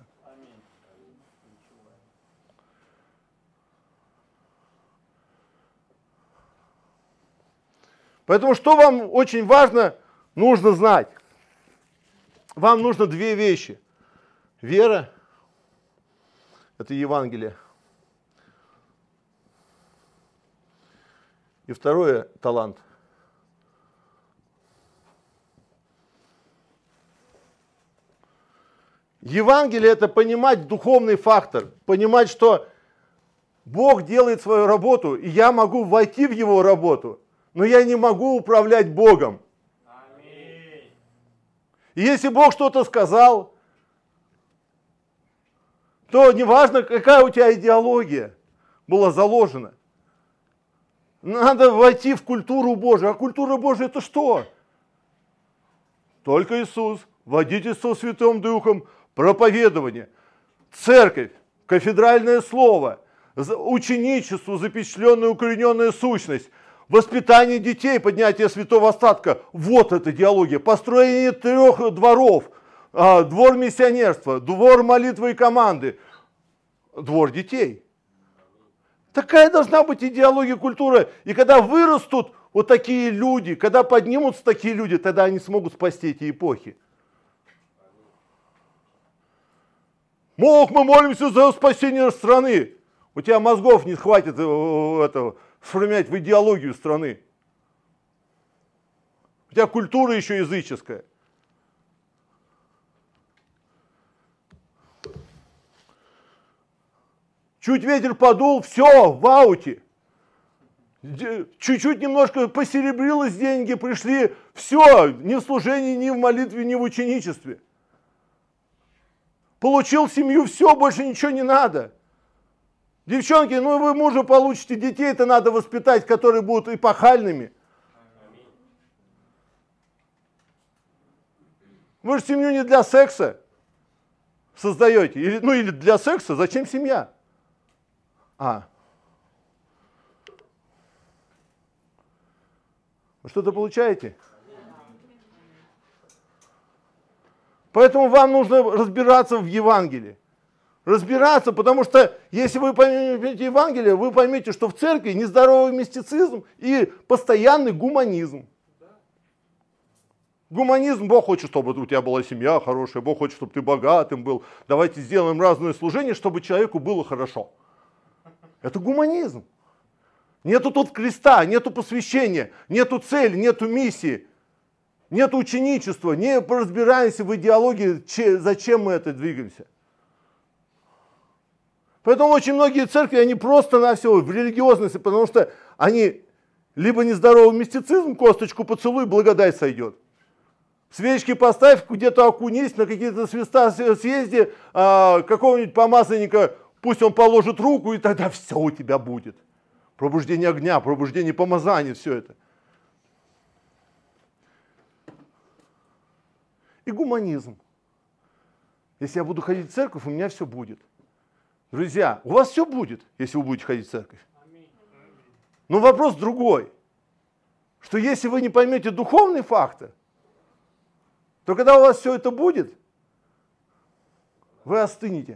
Поэтому что вам очень важно, нужно знать. Вам нужно две вещи. Вера – это Евангелие. И второе – талант. Евангелие – это понимать духовный фактор, понимать, что Бог делает свою работу, и я могу войти в Его работу, но я не могу управлять Богом. Аминь. И если Бог что-то сказал, то неважно, какая у тебя идеология была заложена. Надо войти в культуру Божию. А культура Божия это что? Только Иисус, водительство Святым Духом, проповедование, церковь, кафедральное слово, ученичество, запечатленная укорененная сущность, воспитание детей, поднятие святого остатка. Вот эта идеология. Построение трех дворов. Двор миссионерства, двор молитвы и команды, двор детей. Такая должна быть идеология культуры. И когда вырастут вот такие люди, когда поднимутся такие люди, тогда они смогут спасти эти эпохи. Мол, мы молимся за спасение страны. У тебя мозгов не хватит этого, сформировать в идеологию страны. У тебя культура еще языческая. Чуть ветер подул, все, в ауте. Чуть-чуть немножко посеребрилось, деньги пришли, все, ни в служении, ни в молитве, ни в ученичестве. Получил семью, все, больше ничего не надо. Девчонки, ну вы мужа получите, детей-то надо воспитать, которые будут эпохальными. Вы же семью не для секса создаете. Или, ну или для секса, зачем семья? А. Вы что-то получаете? Поэтому вам нужно разбираться в Евангелии. Разбираться, потому что если вы поймете Евангелие, вы поймете, что в церкви нездоровый мистицизм и постоянный гуманизм. Гуманизм, Бог хочет, чтобы у тебя была семья хорошая, Бог хочет, чтобы ты богатым был. Давайте сделаем разные служения, чтобы человеку было хорошо. Это гуманизм. Нету тут креста, нету посвящения, нету цели, нету миссии, нету ученичества, не разбираемся в идеологии, зачем мы это двигаемся. Поэтому очень многие церкви, они просто-навсего в религиозности, потому что они либо нездоровый мистицизм, косточку поцелуй, благодать сойдет. Свечки поставь, где-то окунись, на какие-то свиста съезди, а, какого-нибудь помазанника, пусть он положит руку, и тогда все у тебя будет. Пробуждение огня, пробуждение помазания, все это. И гуманизм. Если я буду ходить в церковь, у меня все будет. Друзья, у вас все будет, если вы будете ходить в церковь. Но вопрос другой, что если вы не поймете духовные факты, то когда у вас все это будет, вы остынете.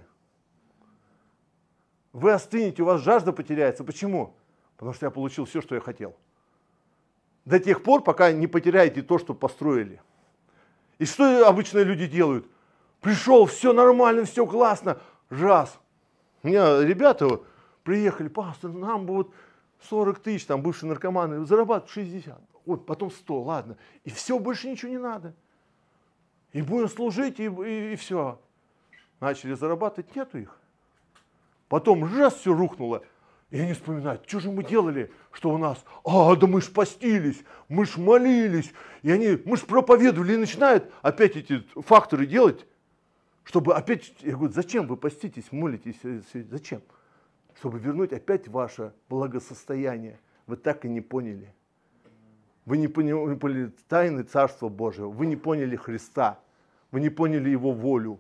Вы остынете, у вас жажда потеряется. Почему? Потому что я получил все, что я хотел. До тех пор, пока не потеряете то, что построили. И что обычно люди делают? Пришел, все нормально, все классно. Раз. У меня ребята приехали, пастор, нам бы вот сорок тысяч, там бывшие наркоманы, зарабатывают шестьдесят. Вот, потом сто, ладно. И все, больше ничего не надо. И будем служить, и, и, и все. Начали зарабатывать, нету их. Потом раз все рухнуло. И они вспоминают, что же мы делали, что у нас, а, да мы ж постились, мы ж молились, и они, мы ж проповедовали, и начинают опять эти факторы делать, чтобы опять, я говорю, зачем вы поститесь, молитесь, зачем? Чтобы вернуть опять ваше благосостояние. Вы так и не поняли. Вы не поняли тайны Царства Божьего, вы не поняли Христа, вы не поняли Его волю.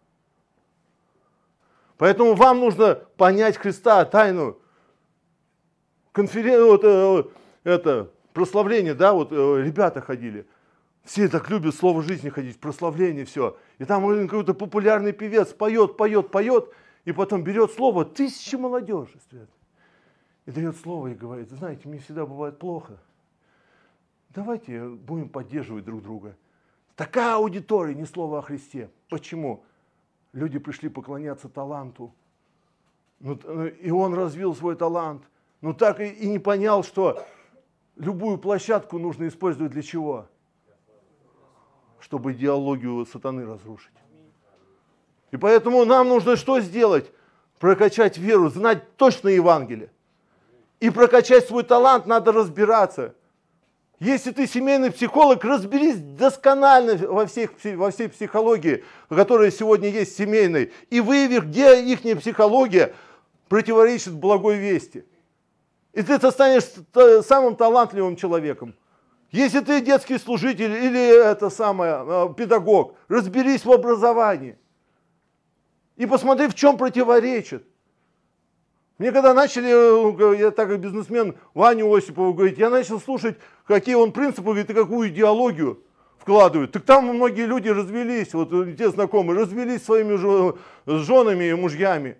Поэтому вам нужно понять Христа, тайну. Конферен... Вот, э, это, прославление, да, вот э, ребята ходили. Все так любят слово жизни ходить, прославление, все. И там какой-то популярный певец поет, поет, поет, и потом берет слово, тысячи молодежи стоят. И дает слово и говорит, знаете, мне всегда бывает плохо. Давайте будем поддерживать друг друга. Такая аудитория, ни слова о Христе. Почему? Люди пришли поклоняться таланту. Ну, и он развил свой талант. Но так и, и не понял, что любую площадку нужно использовать для чего? Чтобы идеологию сатаны разрушить. И поэтому нам нужно что сделать? Прокачать веру, знать точно Евангелие. И прокачать свой талант надо разбираться. Если ты семейный психолог, разберись досконально во, всех, во всей психологии, которая сегодня есть семейной, и выяви, где их психология противоречит благой вести. И ты станешь самым талантливым человеком. Если ты детский служитель или это самое, педагог, разберись в образовании. И посмотри, в чем противоречит. Мне когда начали, я так как бизнесмен Ваню Осипову говорить, я начал слушать, какие он принципы, говорит, и какую идеологию вкладывает. Так там многие люди развелись, вот те знакомые, развелись своими женами и мужьями.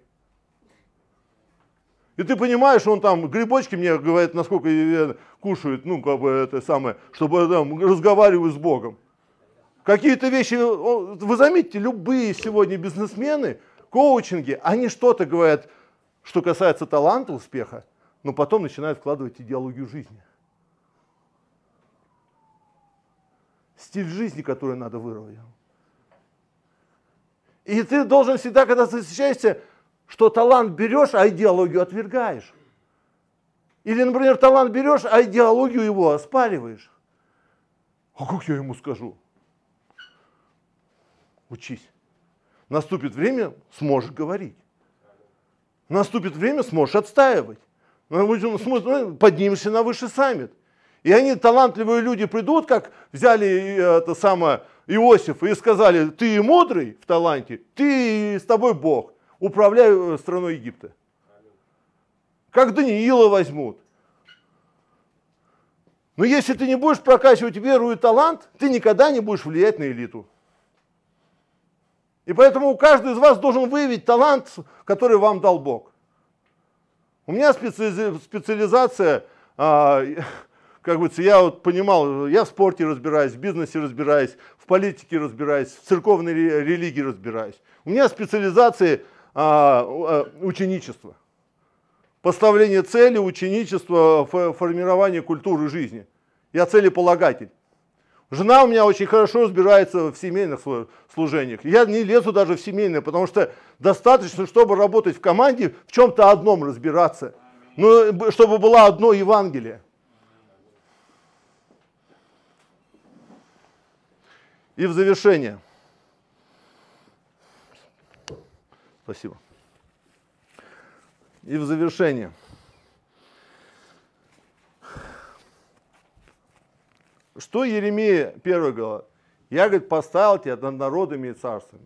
И ты понимаешь, он там грибочки мне говорит, насколько кушают, ну, как бы это самое, чтобы там разговаривать с Богом. Какие-то вещи, вы заметите, любые сегодня бизнесмены, коучинге, они что-то говорят, что касается таланта, успеха, но потом начинают вкладывать идеологию жизни. Стиль жизни, который надо выработать. И ты должен всегда, когда ты встречаешься, что талант берешь, а идеологию отвергаешь. Или, например, талант берешь, а идеологию его оспариваешь. А как я ему скажу? Учись. Наступит время, сможешь говорить. Наступит время, сможешь отстаивать. Поднимешься на высший саммит. И они, талантливые люди, придут, как взяли это самое Иосифа и сказали: ты мудрый в таланте, ты с тобой Бог, управляй страной Египта. Как Даниила возьмут. Но если ты не будешь прокачивать веру и талант, ты никогда не будешь влиять на элиту. И поэтому каждый из вас должен выявить талант, который вам дал Бог. У меня специализация, как бы я вот понимал, я в спорте разбираюсь, в бизнесе разбираюсь, в политике разбираюсь, в церковной религии разбираюсь. У меня специализация ученичества. Поставление цели, ученичество, формирование культуры жизни. Я целеполагатель. Жена у меня очень хорошо разбирается в семейных служениях. Я не лезу даже в семейные, потому что достаточно, чтобы работать в команде, в чем-то одном разбираться. Но чтобы было одно Евангелие. И в завершение. Спасибо. И в завершение. Что Иеремия первый говорит? Я, говорит, поставил тебя над народами и царствами.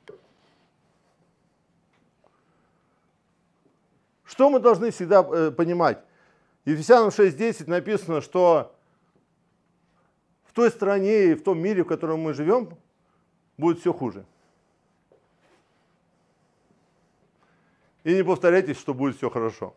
Что мы должны всегда э, понимать? В Ефесянам шесть десять написано, что в той стране и в том мире, в котором мы живем, будет все хуже. И не повторяйтесь, что будет все хорошо.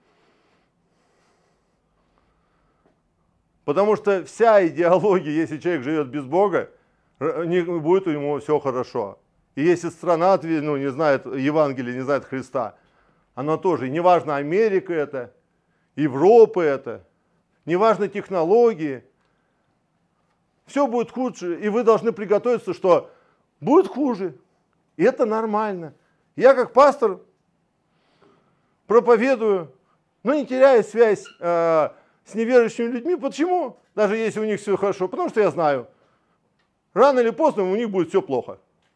Потому что вся идеология, если человек живет без Бога, не будет у него все хорошо. И если страна, ну, не знает Евангелия, не знает Христа, она тоже, неважно, Америка это, Европа это, неважно технологии, все будет хуже, и вы должны приготовиться, что будет хуже. И это нормально. Я как пастор проповедую, но не теряя связь э, с неверующими людьми. Почему? Даже если у них все хорошо. Потому что я знаю, рано или поздно у них будет все плохо.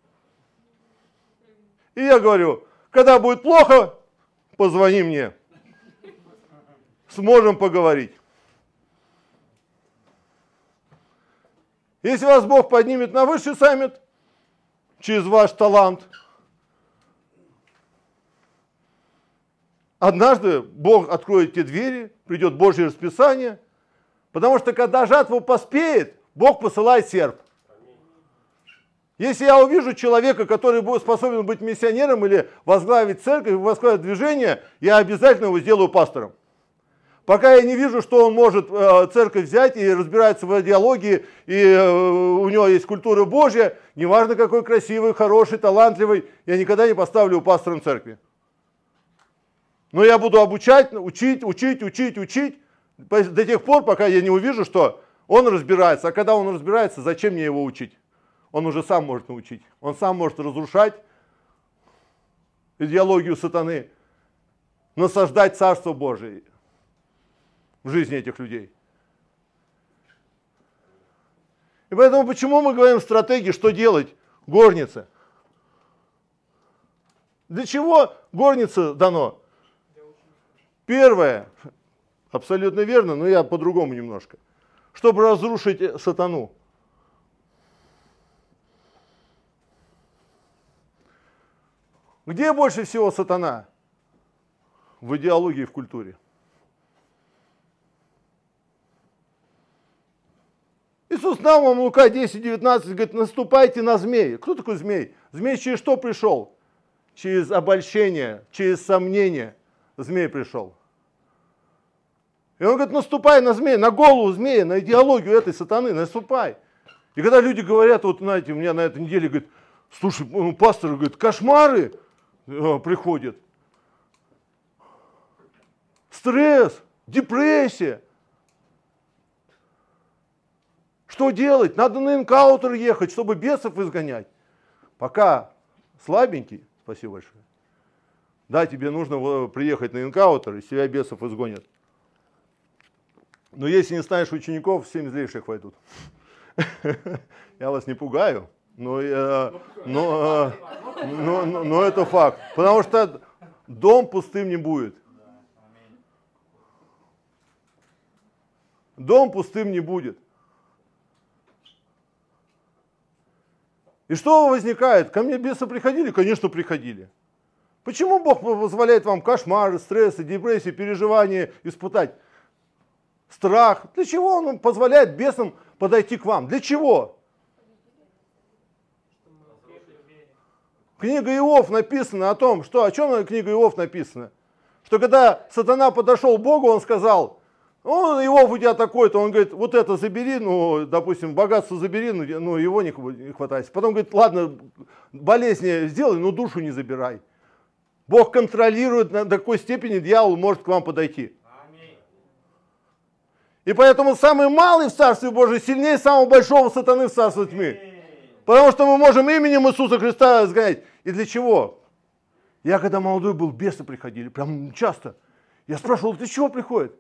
И я говорю, когда будет плохо, позвони мне. Сможем поговорить. Если вас Бог поднимет на высший саммит, через ваш талант, однажды Бог откроет те двери, придет Божье расписание, потому что когда жатва поспеет, Бог посылает серп. Если я увижу человека, который будет способен быть миссионером или возглавить церковь, возглавить движение, я обязательно его сделаю пастором. Пока я не вижу, что он может э, церковь взять и разбирается в идеологии, и э, у него есть культура Божья, неважно какой красивый, хороший, талантливый, я никогда не поставлю его пастором церкви. Но я буду обучать, учить, учить, учить, учить, до тех пор, пока я не увижу, что он разбирается. А когда он разбирается, зачем мне его учить? Он уже сам может научить. Он сам может разрушать идеологию сатаны, насаждать Царство Божие в жизни этих людей. И поэтому почему мы говорим в стратегии, что делать горнице? Для чего горнице дано? Первое, абсолютно верно, но я по-другому немножко. Чтобы разрушить сатану. Где больше всего сатана? В идеологии и в культуре. Иисус дал вам, Лука десять девятнадцать, говорит, наступайте на змей. Кто такой змей? Змей через что пришел? Через обольщение, через сомнение змей пришел. И он говорит, наступай на змея, на голову змея, на идеологию этой сатаны, наступай. И когда люди говорят, вот знаете, у меня на этой неделе, говорит, слушай, пастор, говорит, кошмары, э, приходит. Стресс, депрессия. Что делать? Надо на энкаутер ехать, чтобы бесов изгонять. Пока слабенький, спасибо большое. Да, тебе нужно приехать на энкаутер, и себя бесов изгонят. Но если не станешь учеников, семь злейших войдут. Я вас не пугаю, но, но, но, но, но это факт. Потому что дом пустым не будет. Дом пустым не будет. И что возникает? Ко мне бесы приходили? Конечно, приходили. Почему Бог позволяет вам кошмары, стрессы, депрессии, переживания испытать? Страх. Для чего Он позволяет бесам подойти к вам? Для чего? Книга Иов написана о том, что, о чем книга Иов написана? Что когда сатана подошел к Богу, он сказал, ну, Иов у тебя такой-то, он говорит, вот это забери, ну, допустим, богатство забери, ну, его не хватайся. Потом говорит, ладно, болезни сделай, но душу не забирай. Бог контролирует, на такой степени дьявол может к вам подойти. И поэтому самый малый в Царстве Божьем сильнее самого большого сатаны в Царстве тьмы. Потому что мы можем именем Иисуса Христа сгонять. И для чего? Я когда молодой был, бесы приходили, прям часто. Я спрашивал, для чего приходят?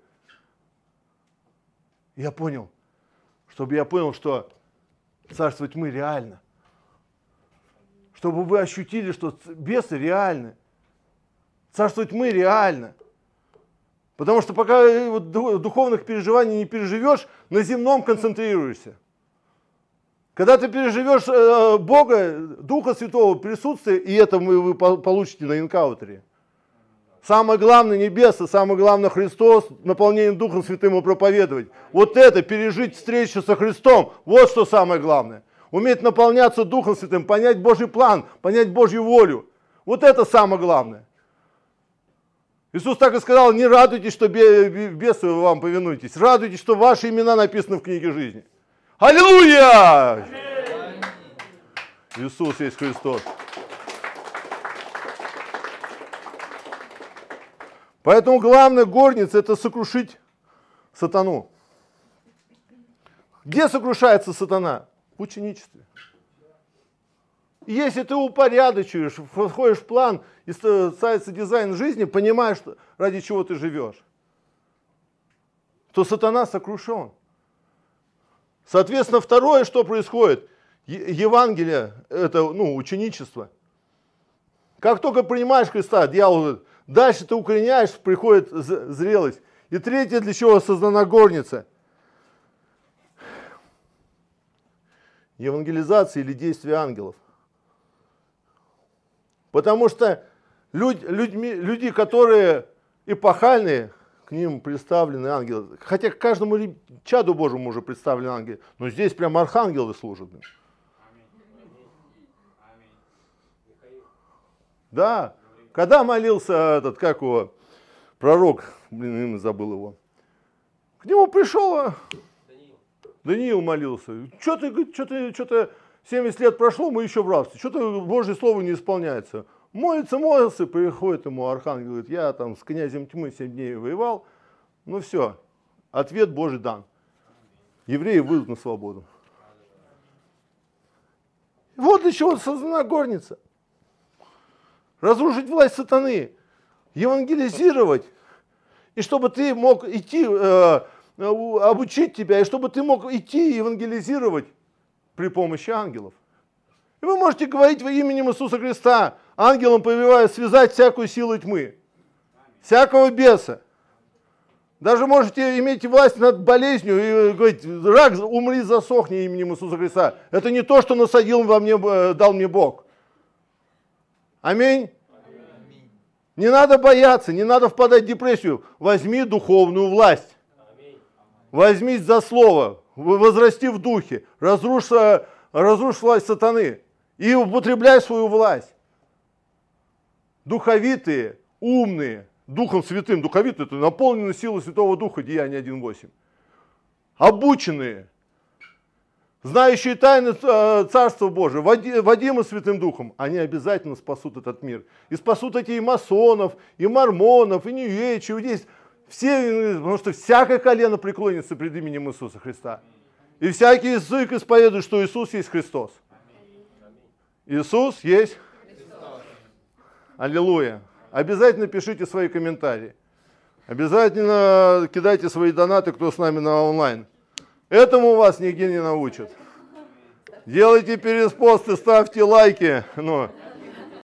Я понял, чтобы я понял, что Царство тьмы реально. Чтобы вы ощутили, что бесы реальны. Царство тьмы реально. Потому что пока духовных переживаний не переживешь, на земном концентрируешься. Когда ты переживешь Бога, Духа Святого, присутствие, и это вы получите на энкаутере. Самое главное небеса, самое главное Христос, наполнение Духом Святым и проповедовать. Вот это, пережить встречу со Христом, вот что самое главное. Уметь наполняться Духом Святым, понять Божий план, понять Божью волю. Вот это самое главное. Иисус так и сказал, не радуйтесь, что бесы вам повинуетесь, радуйтесь, что ваши имена написаны в книге жизни. Аллилуйя! Иисус есть Христос. Поэтому главная горница – это сокрушить сатану. Где сокрушается сатана? В ученичестве. Если ты упорядочиваешь, входишь в план и ставится дизайн жизни, понимаешь, ради чего ты живешь, то сатана сокрушен. Соответственно, второе, что происходит, Евангелие, это ну, ученичество. Как только принимаешь Христа, дьявол говорит, дальше ты укореняешь, приходит зрелость. И третье, для чего создана горница. Евангелизация или действие ангелов. Потому что люди, людьми, люди, которые эпохальные, к ним представлены ангелы. Хотя к каждому чаду Божьему уже представлены ангелы. Но здесь прям архангелы служат. Да. Когда молился этот, как его, пророк, блин, имя забыл его. К нему пришел Даниил, Даниил молился. Что-то, что-то, что-то семьдесят лет прошло, мы еще в рабстве. Что-то Божье слово не исполняется. Молится, молится, приходит ему архангел, говорит, я там с князем тьмы семь дней воевал. Ну все, ответ Божий дан. Евреи выйдут на свободу. Вот для чего создана горница. Разрушить власть сатаны, евангелизировать, и чтобы ты мог идти, э, обучить тебя, и чтобы ты мог идти и евангелизировать при помощи ангелов. И вы можете говорить во именем Иисуса Христа, ангелам повелевая связать всякую силу тьмы, всякого беса. Даже можете иметь власть над болезнью и говорить, рак, умри, засохни именем Иисуса Христа. Это не то, что насадил во мне, дал мне Бог. Аминь. Аминь. Не надо бояться, не надо впадать в депрессию. Возьми духовную власть. Аминь. Возьмись за слово, возрасти в духе, разрушь, разрушь власть сатаны и употребляй свою власть. Духовитые, умные, Духом Святым, духовитые, это наполнены силой Святого Духа, Деяния один восемь. Обученные, знающие тайны Царства Божия, водимы Святым Духом, они обязательно спасут этот мир. И спасут эти и масонов, и мормонов, и нью-эйдж, и иудеев. Все, потому что всякое колено преклонится пред именем Иисуса Христа. И всякий язык исповедует, что Иисус есть Христос. Иисус есть Христос. Аллилуйя. Обязательно пишите свои комментарии. Обязательно кидайте свои донаты, кто с нами на онлайн. Этому вас нигде не научат. Делайте переспосты, ставьте лайки. Ну,